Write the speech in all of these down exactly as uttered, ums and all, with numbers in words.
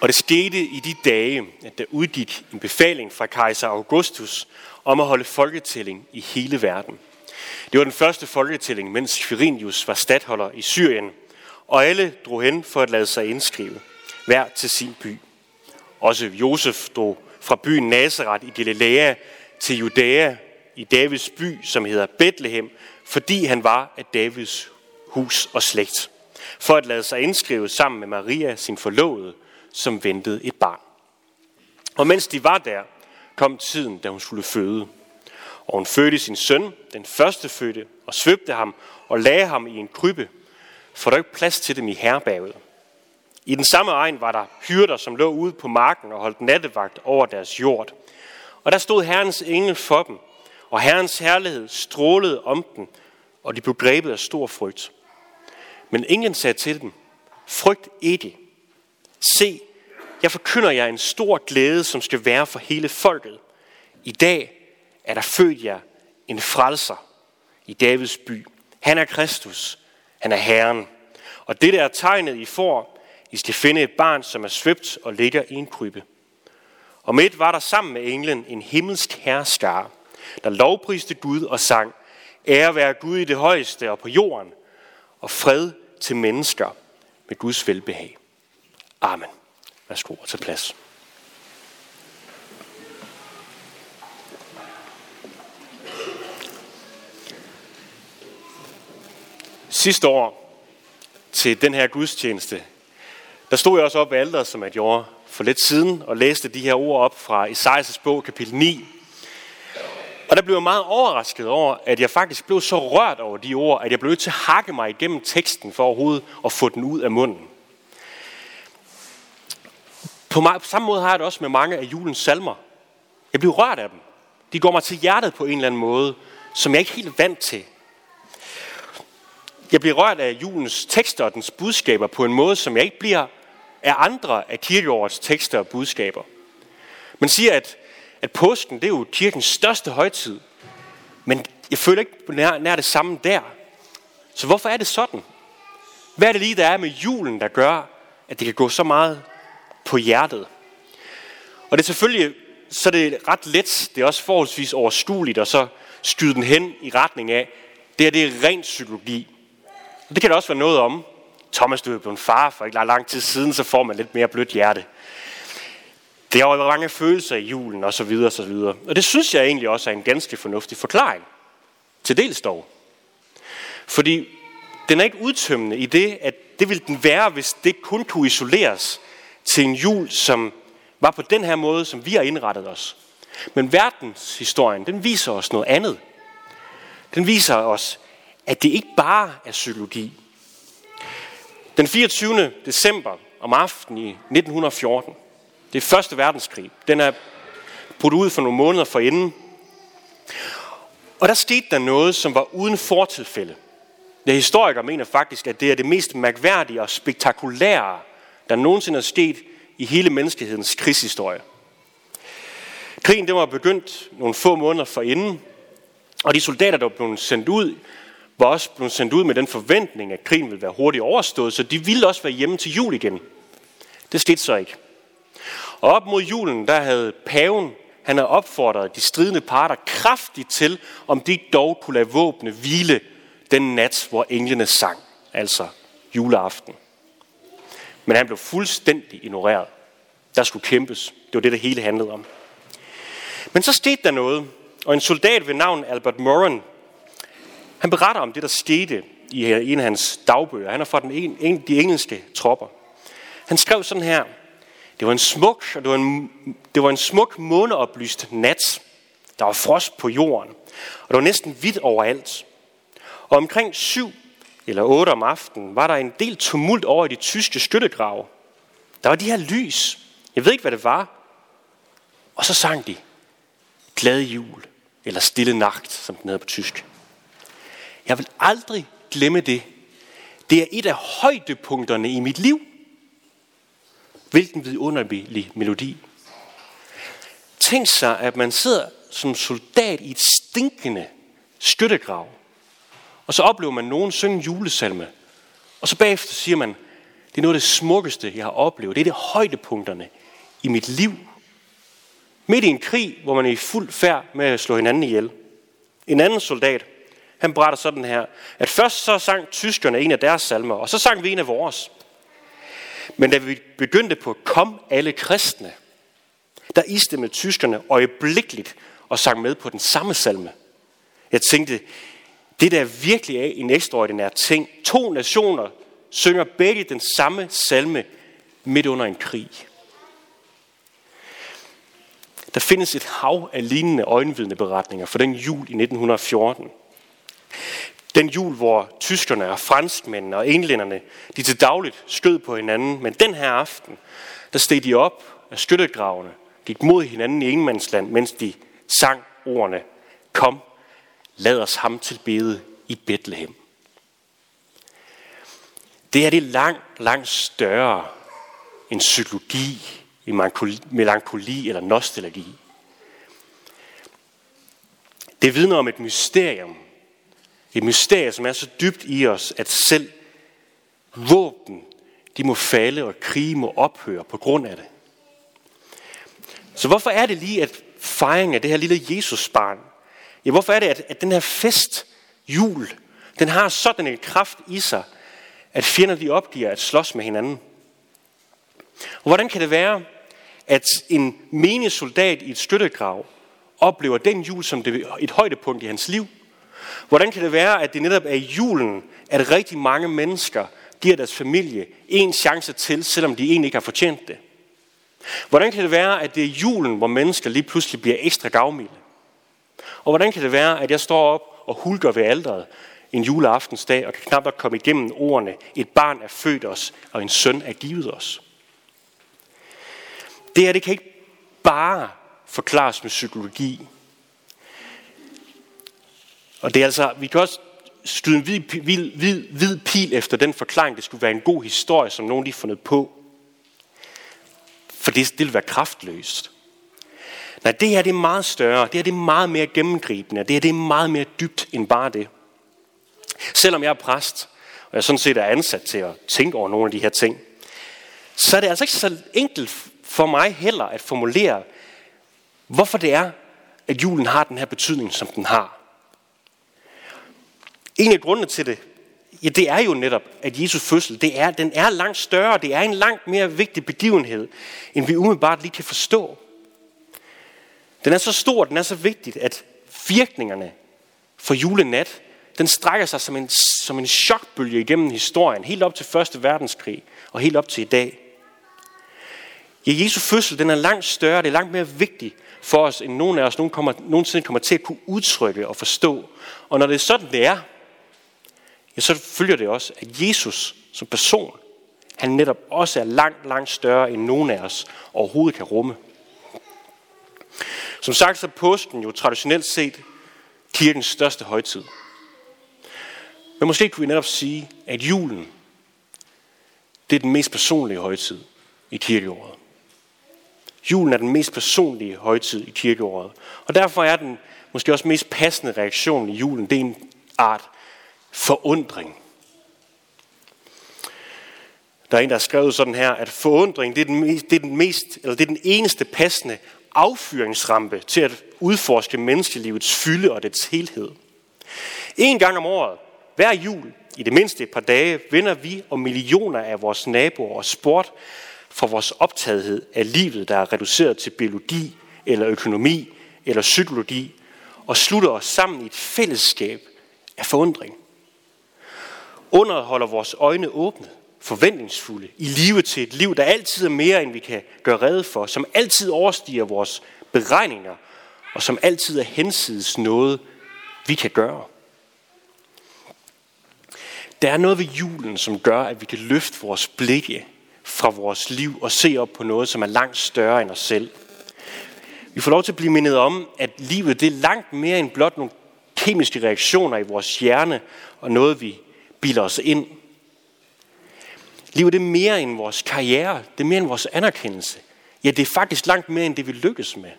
Og det skete i de dage, at der udgik en befaling fra kejser Augustus om at holde folketælling i hele verden. Det var den første folketælling, mens Quirinius var statholder i Syrien, og alle drog hen for at lade sig indskrive, hver til sin by. Også Josef drog fra byen Nazareth i Galilea til Judæa i Davids by, som hedder Bethlehem, fordi han var af Davids hus og slægt, for at lade sig indskrive sammen med Maria, sin forlovede, som ventede et barn. Og mens de var der, kom tiden, da hun skulle føde. Og hun fødte sin søn, den første fødte, og svøbte ham og lagde ham i en krybbe, for der var ikke plads til dem i herberget. I den samme egen var der hyrder, som lå ude på marken og holdt nattevagt over deres jord. Og der stod Herrens engel for dem, og Herrens herlighed strålede om dem, og de blev grebet af stor frygt. Men englen sagde til dem, frygt ikke. Se, jeg forkynder jer en stor glæde, som skal være for hele folket. I dag er der født jer en frelser i Davids by. Han er Kristus, han er Herren. Og det er tegnet, I får. I skal finde et barn, som er svøbt og ligger i en krybbe. Og midt var der sammen med englen en himmelsk herskare, der lovpriste Gud og sang, ære være Gud i det højeste og på jorden, og fred til mennesker med Guds velbehag. Amen. Værsgo og tage plads. Sidste år til den her gudstjeneste, der stod jeg også op ved alteret, som jeg gjorde for lidt siden, og læste de her ord op fra Esajas bog, kapitel ni. Og der blev jeg meget overrasket over, at jeg faktisk blev så rørt over de ord, at jeg blev nødt til at hakke mig igennem teksten for overhovedet at få den ud af munden. På samme måde har jeg det også med mange af julens salmer. Jeg blev rørt af dem. De går mig til hjertet på en eller anden måde, som jeg ikke er helt vant til. Jeg bliver rørt af julens tekster og dens budskaber på en måde, som jeg ikke bliver af andre af kirkeårets tekster og budskaber. Man siger, at, at påsken det er jo kirkens største højtid, men jeg føler ikke nær, nær det samme der. Så hvorfor er det sådan? Hvad er det lige, der er med julen, der gør, at det kan gå så meget på hjertet? Og det er selvfølgelig, så det er ret let, det er også forholdsvis overskueligt, og så skyde den hen i retning af, det her det er ren psykologi. Og det kan der også være noget om. Thomas, du er blevet far for ikke lang tid siden, så får man lidt mere blødt hjerte. Det er jo mange følelser i julen, og så videre, og så videre. Og det synes jeg egentlig også er en ganske fornuftig forklaring. Til dels dog. Fordi den er ikke udtømmende i det, at det ville den være, hvis det kun kunne isoleres til en jul, som var på den her måde, som vi har indrettet os. Men verdenshistorien, den viser os noget andet. Den viser os, at det ikke bare er psykologi. Den fireogtyvende december om aftenen i nitten fjorten, det er første verdenskrig, den er brudt ud for nogle måneder forinden. Og der skete der noget, som var uden fortilfælde. De historikere mener faktisk, at det er det mest mærkværdige og spektakulære, der nogensinde er sket i hele menneskehedens krigshistorie. Krigen den var begyndt nogle få måneder forinden, og de soldater, der blev sendt ud, var også blevet sendt ud med den forventning, at krigen ville være hurtigt overstået, så de ville også være hjemme til jul igen. Det skete så ikke. Og op mod julen, der havde paven, han havde opfordret de stridende parter kraftigt til, om de dog kunne lade våbne hvile den nat, hvor englene sang, altså juleaften. Men han blev fuldstændig ignoreret. Der skulle kæmpes. Det var det, det hele handlede om. Men så skete der noget, og en soldat ved navn Albert Moran, han beretter om det, der skete i en af hans dagbøger. Han er fra den en, en, de engelske tropper. Han skrev sådan her: Det var en smuk, og det var en, det var en smuk måneoplyst nat. Der var frost på jorden, og det var næsten hvidt overalt. Og omkring syv eller otte om aftenen var der en del tumult over i de tyske skyttegrave. Der var de her lys. Jeg ved ikke, hvad det var. Og så sang de Glad jul, eller Stille Nacht, som den hedder på tysk. Jeg vil aldrig glemme det. Det er et af højdepunkterne i mit liv. Hvilken vidunderlig melodi. Tænk sig, at man sidder som soldat i et stinkende skyttegrav, og så oplever man nogen synge julesalme, og så bagefter siger man, Det er noget af det smukkeste, jeg har oplevet. Det er det højdepunkterne i mit liv. Midt i en krig, hvor man er i fuld færd med at slå hinanden ihjel. En anden soldat, han beretter sådan her, at først så sang tyskerne en af deres salmer, og så sang vi en af vores. Men da vi begyndte på Kom alle kristne, der istemmede tyskerne øjeblikkeligt og sang med på den samme salme. Jeg tænkte, det der virkelig er en ekstraordinær ting. To nationer synger begge den samme salme midt under en krig. Der findes et hav af lignende øjenvidneberetninger for den jul i nitten fjorten. Den jul, hvor tyskerne og franskmændene og englænderne, de til dagligt skød på hinanden. Men den her aften, der steg de op af skyttegravene, gik mod hinanden i ingenmandsland, mens de sang ordene, kom, lad os ham tilbede i Betlehem. Det er det langt, langt større end psykologi, melankoli eller nostalgi. Det vidner om et mysterium. Et mysterium, som er så dybt i os, at selv våben, de må falde, og krige må ophøre på grund af det. Så hvorfor er det lige, at fejringen af det her lille Jesusbarn, ja, hvorfor er det, at, at den her fest, jul, den har sådan en kraft i sig, at fjender de opgiver at slås med hinanden? Og hvordan kan det være, at en menig soldat i et skyttegrav oplever den jul som det, et højdepunkt i hans liv? Hvordan kan det være, at det netop er i julen, at rigtig mange mennesker giver deres familie en chance til, selvom de egentlig ikke har fortjent det? Hvordan kan det være, at det er julen, hvor mennesker lige pludselig bliver ekstra gavmilde? Og hvordan kan det være, at jeg står op og hulker ved alteret en juleaftensdag, og kan knap nok komme igennem ordene, et barn er født os, og en søn er givet os? Det her, det kan ikke bare forklares med psykologi. Og det er altså, vi kan også skyde en hvid, hvid, hvid, hvid pil efter den forklaring, det skulle være en god historie, som nogen lige har fundet på. For det, det vil være kraftløst. Nej, det her det er meget større, det her det er meget mere gennemgribende, det her det er meget mere dybt end bare det. Selvom jeg er præst, og jeg sådan set er ansat til at tænke over nogle af de her ting, så er det altså ikke så enkelt for mig heller at formulere, hvorfor det er, at julen har den her betydning, som den har. En af grundene til det, ja, det er jo netop, at Jesu fødsel, det er, den er langt større, det er en langt mere vigtig begivenhed, end vi umiddelbart lige kan forstå. Den er så stor, den er så vigtig, at virkningerne for julenat, den strækker sig som en, som en chokbølge igennem historien, helt op til første verdenskrig og helt op til i dag. Ja, Jesu fødsel, den er langt større, det er langt mere vigtigt for os, end nogen af os nogen kommer, nogensinde kommer til at kunne udtrykke og forstå. Og når det er sådan, det er, ja, så følger det også, at Jesus som person, han netop også er langt, langt større, end nogen af os overhovedet kan rumme. Som sagt, så er påsken jo traditionelt set kirkens største højtid. Men måske kunne vi netop sige, at julen, det er den mest personlige højtid i kirkeåret. Julen er den mest personlige højtid i kirkeåret. Og derfor er den måske også mest passende reaktion i julen, det er en art forundring. Der er en, der har skrevet sådan her, at forundring, det er den mest, det er den mest, eller det er den eneste passende affyringsrampe til at udforske menneskelivets fylde og dets helhed. En gang om året, hver jul, i det mindste et par dage, vender vi og millioner af vores naboer og sport for vores optagethed af livet, der er reduceret til biologi eller økonomi eller psykologi, og slutter os sammen i et fællesskab af forundring. Under holder vores øjne åbne, forventningsfulde, i live til et liv, der altid er mere, end vi kan gøre rede for, som altid overstiger vores beregninger, og som altid er hensides noget, vi kan gøre. Der er noget ved julen, som gør, at vi kan løfte vores blikke fra vores liv og se op på noget, som er langt større end os selv. Vi får lov til at blive mindet om, at livet det er langt mere end blot nogle kemiske reaktioner i vores hjerne og noget, vi bilder os ind. Livet det er mere end vores karriere, det er mere end vores anerkendelse. Ja, det er faktisk langt mere end det, vi lykkes med.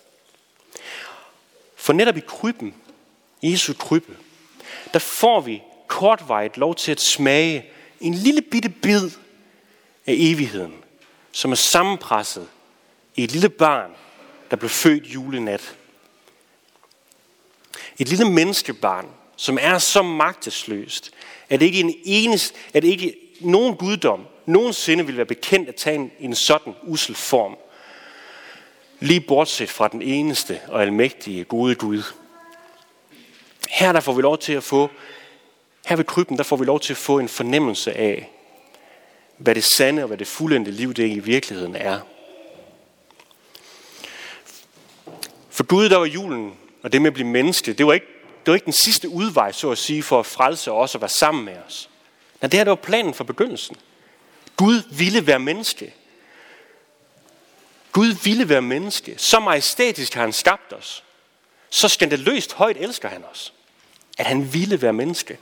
For netop i krybben, Jesu krybbe, der får vi kortvarigt lov til at smage en lille bitte bid af evigheden, som er sammenpresset i et lille barn, der blev født julenat. Et lille menneskebarn, som er så magtesløst, at ikke en eneste, at ikke nogen guddom nogensinde vil være bekendt at tage en, en sådan ussel form. Lige bortset fra den eneste og almægtige gode Gud. Her der får vi lov til at få, her ved krybben, der får vi lov til at få en fornemmelse af, hvad det sande og hvad det fuldendte liv det i virkeligheden er. For Gud, der var julen, og det med at blive menneske, det var ikke, det var ikke den sidste udvej, så at sige, for at frelse os og være sammen med os. Nej, det her det var planen fra begyndelsen. Gud ville være menneske. Gud ville være menneske. Så majestætisk har han skabt os. Så skandaløst højt elsker han os. At han ville være menneske.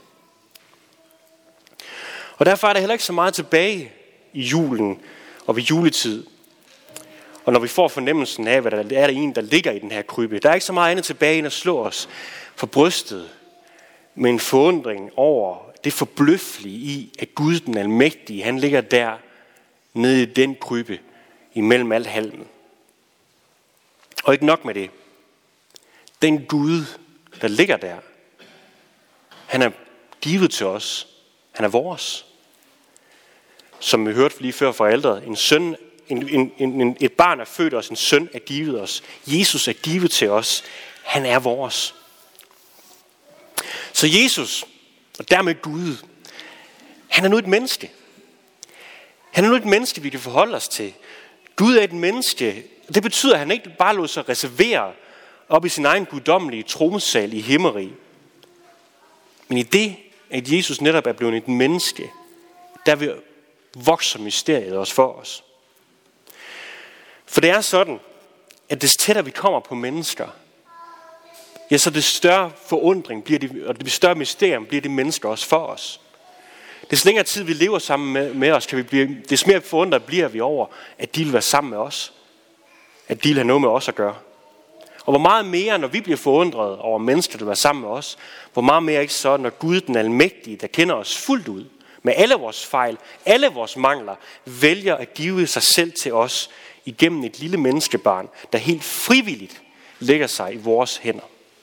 Og derfor er der heller ikke så meget tilbage i julen og ved juletid. Og når vi får fornemmelsen af, hvad der er der en, der ligger i den her krybbe. Der er ikke så meget andet tilbage end at slå os for brystet med en forundring over det forbløffelige i, at Gud den almægtige, han ligger der nede i den krybbe imellem alt halmen. Og ikke nok med det. Den Gud, der ligger der, han er givet til os. Han er vores. Som vi hørte lige før fra ældre, en søn, en, en, en, et barn er født os, en søn er givet os. Jesus er givet til os. Han er vores. Så Jesus, og dermed Gud, han er nu et menneske. Han er nu et menneske, vi kan forholde os til. Gud er et menneske. Det betyder, at han ikke bare lod sig reservere op i sin egen guddommelige tronsal i himmerig. Men i det, at Jesus netop er blevet et menneske, der vil vokse mysteriet også for os. For det er sådan, at des tættere vi kommer på mennesker, ja, så det større forundring bliver det, og det større mysterium bliver det mennesker også for os. Des længere tid vi lever sammen med, med os, kan vi blive, des mere forundret bliver vi over, at de vil være sammen med os. At de vil have noget med os at gøre. Og hvor meget mere, når vi bliver forundret over mennesker, der vil være sammen med os, hvor meget mere ikke så, når Gud den almægtige, der kender os fuldt ud, med alle vores fejl, alle vores mangler, vælger at give sig selv til os igennem et lille menneskebarn, der helt frivilligt lægger sig i vores hænder.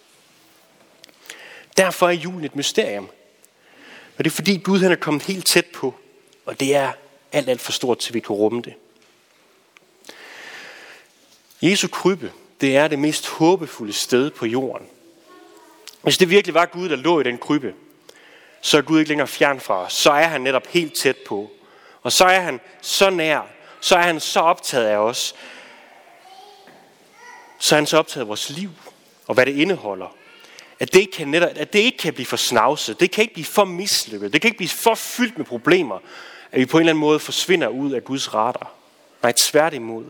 Derfor er julen et mysterium. Og det er fordi Gud han er kommet helt tæt på, og det er alt, alt for stort, til vi kan rumme det. Jesu krybbe, det er det mest håbefulde sted på jorden. Hvis det virkelig var Gud, der lå i den krybbe, så er Gud ikke længere fjern fra os. Så er han netop helt tæt på. Og så er han så nær. Så er han så optaget af os. Så er han så optaget af vores liv. Og hvad det indeholder. At det ikke kan, netop, at det ikke kan blive for snavset. Det kan ikke blive for mislykket. Det kan ikke blive for fyldt med problemer. At vi på en eller anden måde forsvinder ud af Guds radar. Nej, tværtimod.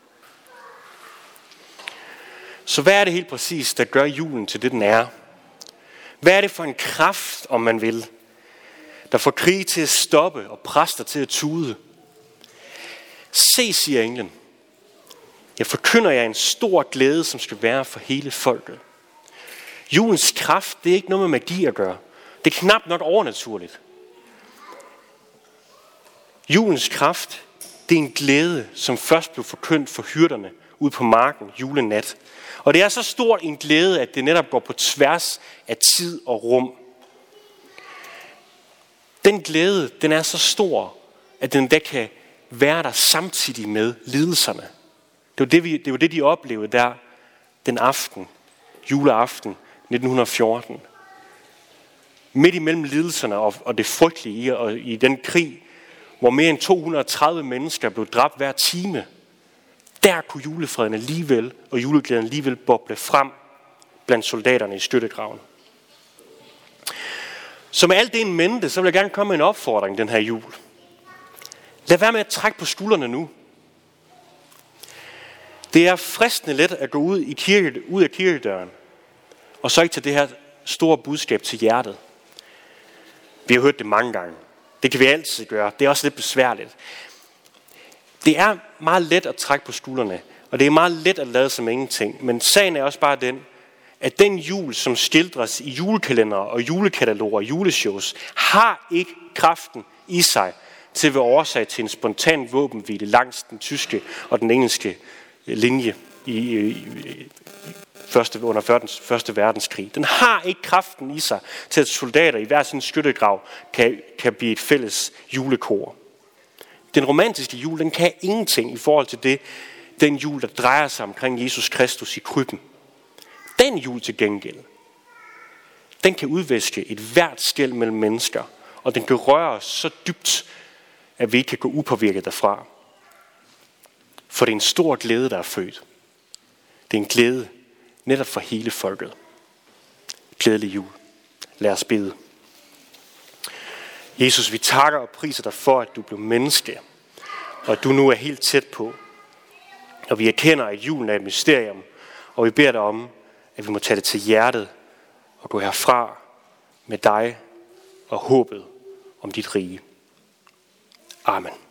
Så hvad er det helt præcis, der gør julen til det, den er? Hvad er det for en kraft, om man vil, der får krig til at stoppe og præster til at tude? Se, siger englen, jeg forkynder jer en stor glæde, som skal være for hele folket. Julens kraft, det er ikke noget med magi at gøre. Det er knap nok overnaturligt. Julens kraft, det er en glæde, som først blev forkyndt for hyrderne ude på marken julenat. Og det er så stort en glæde, at det netop går på tværs af tid og rum. Den glæde, den er så stor, at den da kan være der samtidig med lidelserne. Det var det, vi, det var det de oplevede der den aften, juleaften nitten fjorten. Midt imellem lidelserne og, og det frygtelige i, og i den krig, hvor mere end to hundrede og tredive mennesker blev dræbt hver time, der kunne julefreden alligevel og juleglæden alligevel boble frem blandt soldaterne i skyttegraven. Så med alt det en mente, så vil jeg gerne komme med en opfordring den her jul. Lad være med at trække på skuldrene nu. Det er fristende let at gå ud, i kirke, ud af kirkedøren, og så ikke tage det her store budskab til hjertet. Vi har hørt det mange gange. Det kan vi altid gøre. Det er også lidt besværligt. Det er meget let at trække på skuldrene, og det er meget let at lade som ingenting. Men sagen er også bare den, at den jul, som skildres i julekalendere og julekataloger og juleshows, har ikke kraften i sig til at være årsag til en spontan våbenhvile langs den tyske og den engelske linje i, i, i første, under første, første verdenskrig. Den har ikke kraften i sig til, at soldater i hver sin skyttegrav kan, kan blive et fælles julekor. Den romantiske jul, den kan ingenting i forhold til det, den jul, der drejer sig omkring Jesus Kristus i krybben. Den jul til gengæld, den kan udvæske et hvert skel mellem mennesker, og den kan røre os så dybt, at vi ikke kan gå upåvirket derfra. For det er en stor glæde, der er født. Det er en glæde netop for hele folket. Glædelig jul. Lad os bede. Jesus, vi takker og priser dig for, at du blev menneske, og at du nu er helt tæt på. Og vi erkender, at julen er et mysterium, og vi beder dig om, at vi må tage det til hjertet og gå herfra med dig og håbet om dit rige. Amen.